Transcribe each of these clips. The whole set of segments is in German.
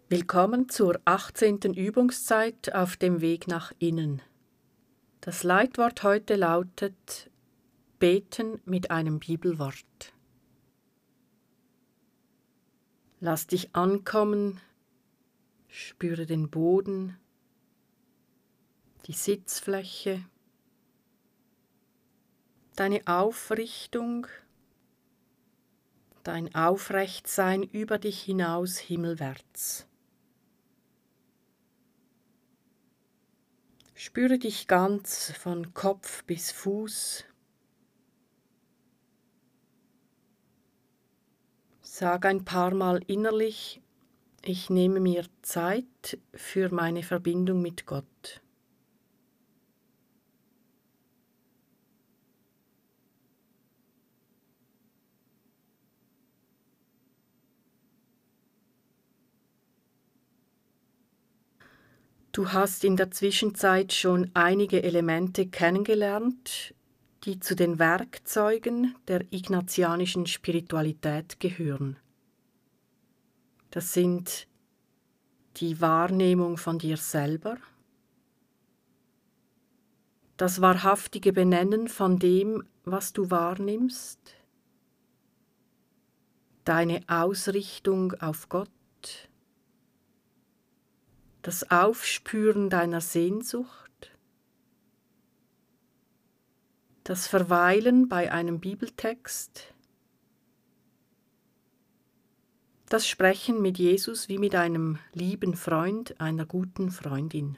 Willkommen zur 18. Übungszeit auf dem Weg nach innen. Das Leitwort heute lautet Beten mit einem Bibelwort. Lass dich ankommen, spüre den Boden, die Sitzfläche, deine Aufrichtung, dein Aufrechtsein über dich hinaus himmelwärts. Spüre dich ganz von Kopf bis Fuß. Sag ein paar Mal innerlich, ich nehme mir Zeit für meine Verbindung mit Gott. Du hast in der Zwischenzeit schon einige Elemente kennengelernt, die zu den Werkzeugen der ignatianischen Spiritualität gehören. Das sind die Wahrnehmung von dir selber, das wahrhaftige Benennen von dem, was du wahrnimmst, deine Ausrichtung auf Gott, das Aufspüren deiner Sehnsucht, das Verweilen bei einem Bibeltext, das Sprechen mit Jesus wie mit einem lieben Freund, einer guten Freundin.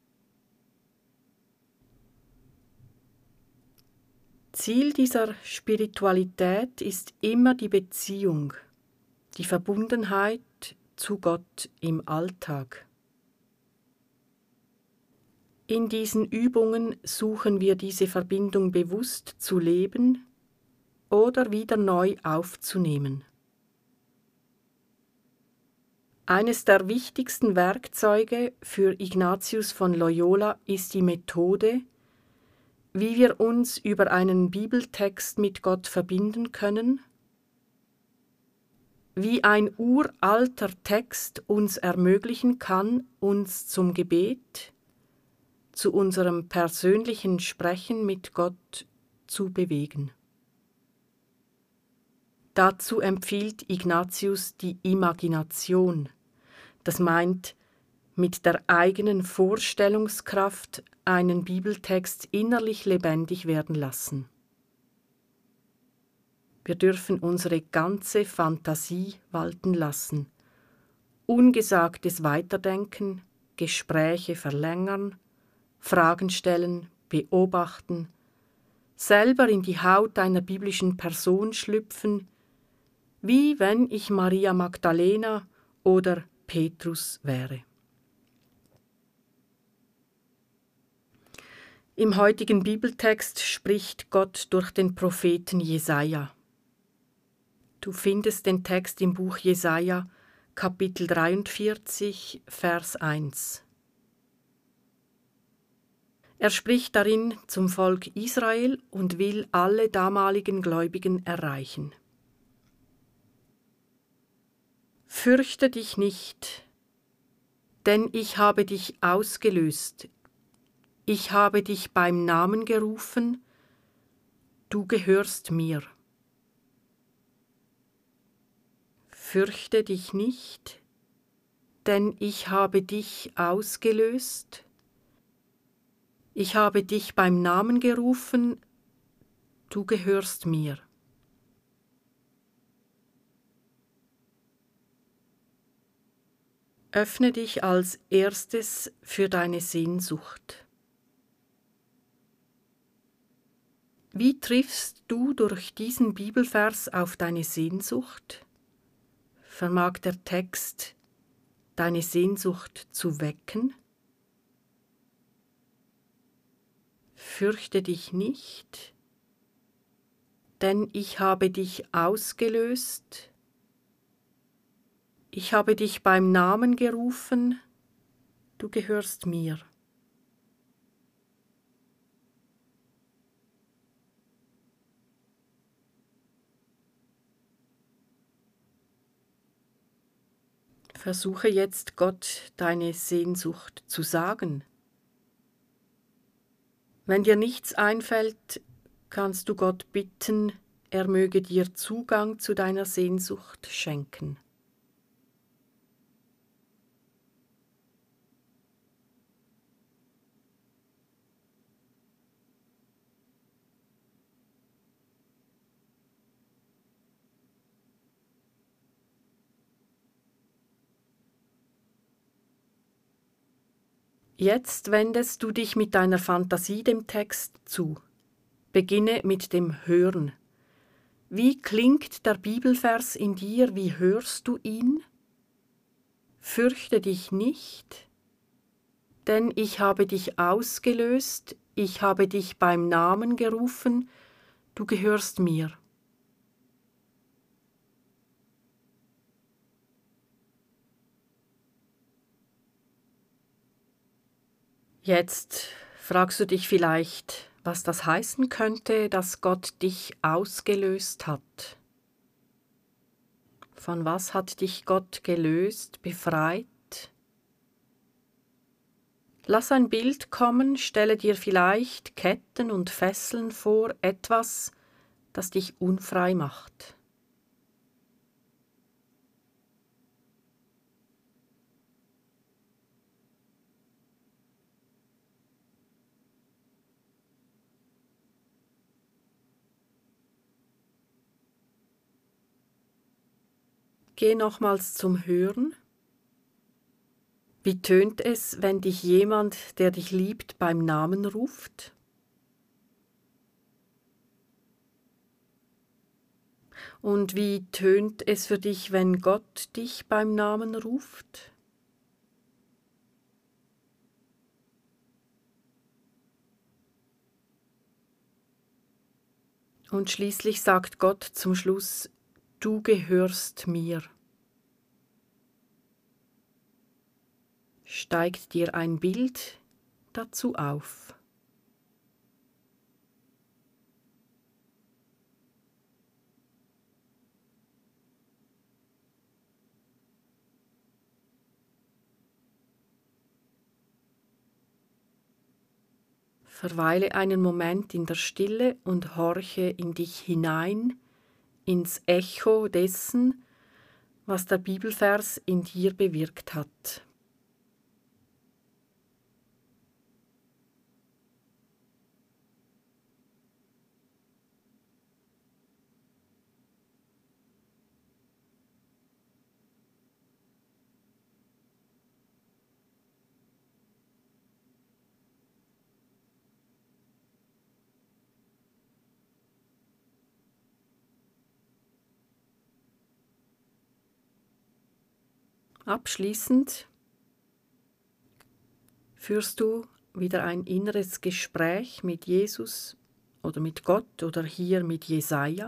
Ziel dieser Spiritualität ist immer die Beziehung, die Verbundenheit zu Gott im Alltag. In diesen Übungen suchen wir diese Verbindung bewusst zu leben oder wieder neu aufzunehmen. Eines der wichtigsten Werkzeuge für Ignatius von Loyola ist die Methode, wie wir uns über einen Bibeltext mit Gott verbinden können, wie ein uralter Text uns ermöglichen kann, uns zum Gebet, zu unserem persönlichen Sprechen mit Gott zu bewegen. Dazu empfiehlt Ignatius die Imagination, das meint, mit der eigenen Vorstellungskraft einen Bibeltext innerlich lebendig werden lassen. Wir dürfen unsere ganze Fantasie walten lassen, Ungesagtes weiterdenken, Gespräche verlängern, Fragen stellen, beobachten, selber in die Haut einer biblischen Person schlüpfen, wie wenn ich Maria Magdalena oder Petrus wäre. Im heutigen Bibeltext spricht Gott durch den Propheten Jesaja. Du findest den Text im Buch Jesaja, Kapitel 43, Vers 1. Er spricht darin zum Volk Israel und will alle damaligen Gläubigen erreichen. Fürchte dich nicht, denn ich habe dich ausgelöst. Ich habe dich beim Namen gerufen, du gehörst mir. Fürchte dich nicht, denn ich habe dich ausgelöst. Ich habe dich beim Namen gerufen, du gehörst mir. Öffne dich als erstes für deine Sehnsucht. Wie triffst du durch diesen Bibelvers auf deine Sehnsucht? Vermag der Text deine Sehnsucht zu wecken? Fürchte dich nicht, denn ich habe dich ausgelöst. Ich habe dich beim Namen gerufen, du gehörst mir. Versuche jetzt Gott deine Sehnsucht zu sagen. Wenn dir nichts einfällt, kannst du Gott bitten, er möge dir Zugang zu deiner Sehnsucht schenken. Jetzt wendest du dich mit deiner Fantasie dem Text zu. Beginne mit dem Hören. Wie klingt der Bibelvers in dir? Wie hörst du ihn? Fürchte dich nicht, denn ich habe dich ausgelöst, ich habe dich beim Namen gerufen, du gehörst mir. Jetzt fragst du dich vielleicht, was das heißen könnte, dass Gott dich ausgelöst hat. Von was hat dich Gott gelöst, befreit? Lass ein Bild kommen, stelle dir vielleicht Ketten und Fesseln vor, etwas, das dich unfrei macht. Geh nochmals zum Hören. Wie tönt es, wenn dich jemand, der dich liebt, beim Namen ruft? Und wie tönt es für dich, wenn Gott dich beim Namen ruft? Und schließlich sagt Gott zum Schluss, du gehörst mir. Steigt dir ein Bild dazu auf? Verweile einen Moment in der Stille und horche in dich hinein, ins Echo dessen, was der Bibelvers in dir bewirkt hat. Abschließend führst du wieder ein inneres Gespräch mit Jesus oder mit Gott oder hier mit Jesaja.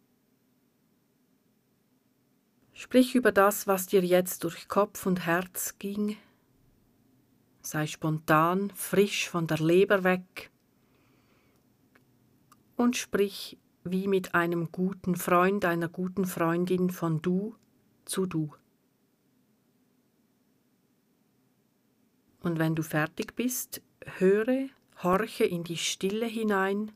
Sprich über das, was dir jetzt durch Kopf und Herz ging. Sei spontan, frisch von der Leber weg und sprich wie mit einem guten Freund, einer guten Freundin von du zu du. Und wenn du fertig bist, höre, horche in die Stille hinein,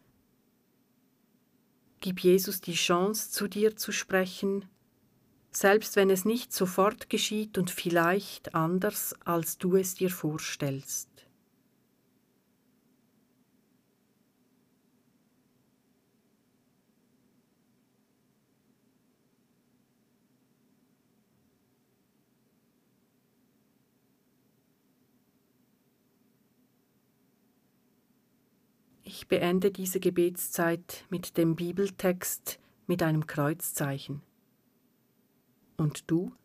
gib Jesus die Chance, zu dir zu sprechen, selbst wenn es nicht sofort geschieht und vielleicht anders, als du es dir vorstellst. Ich beende diese Gebetszeit mit dem Bibeltext mit einem Kreuzzeichen. Und du?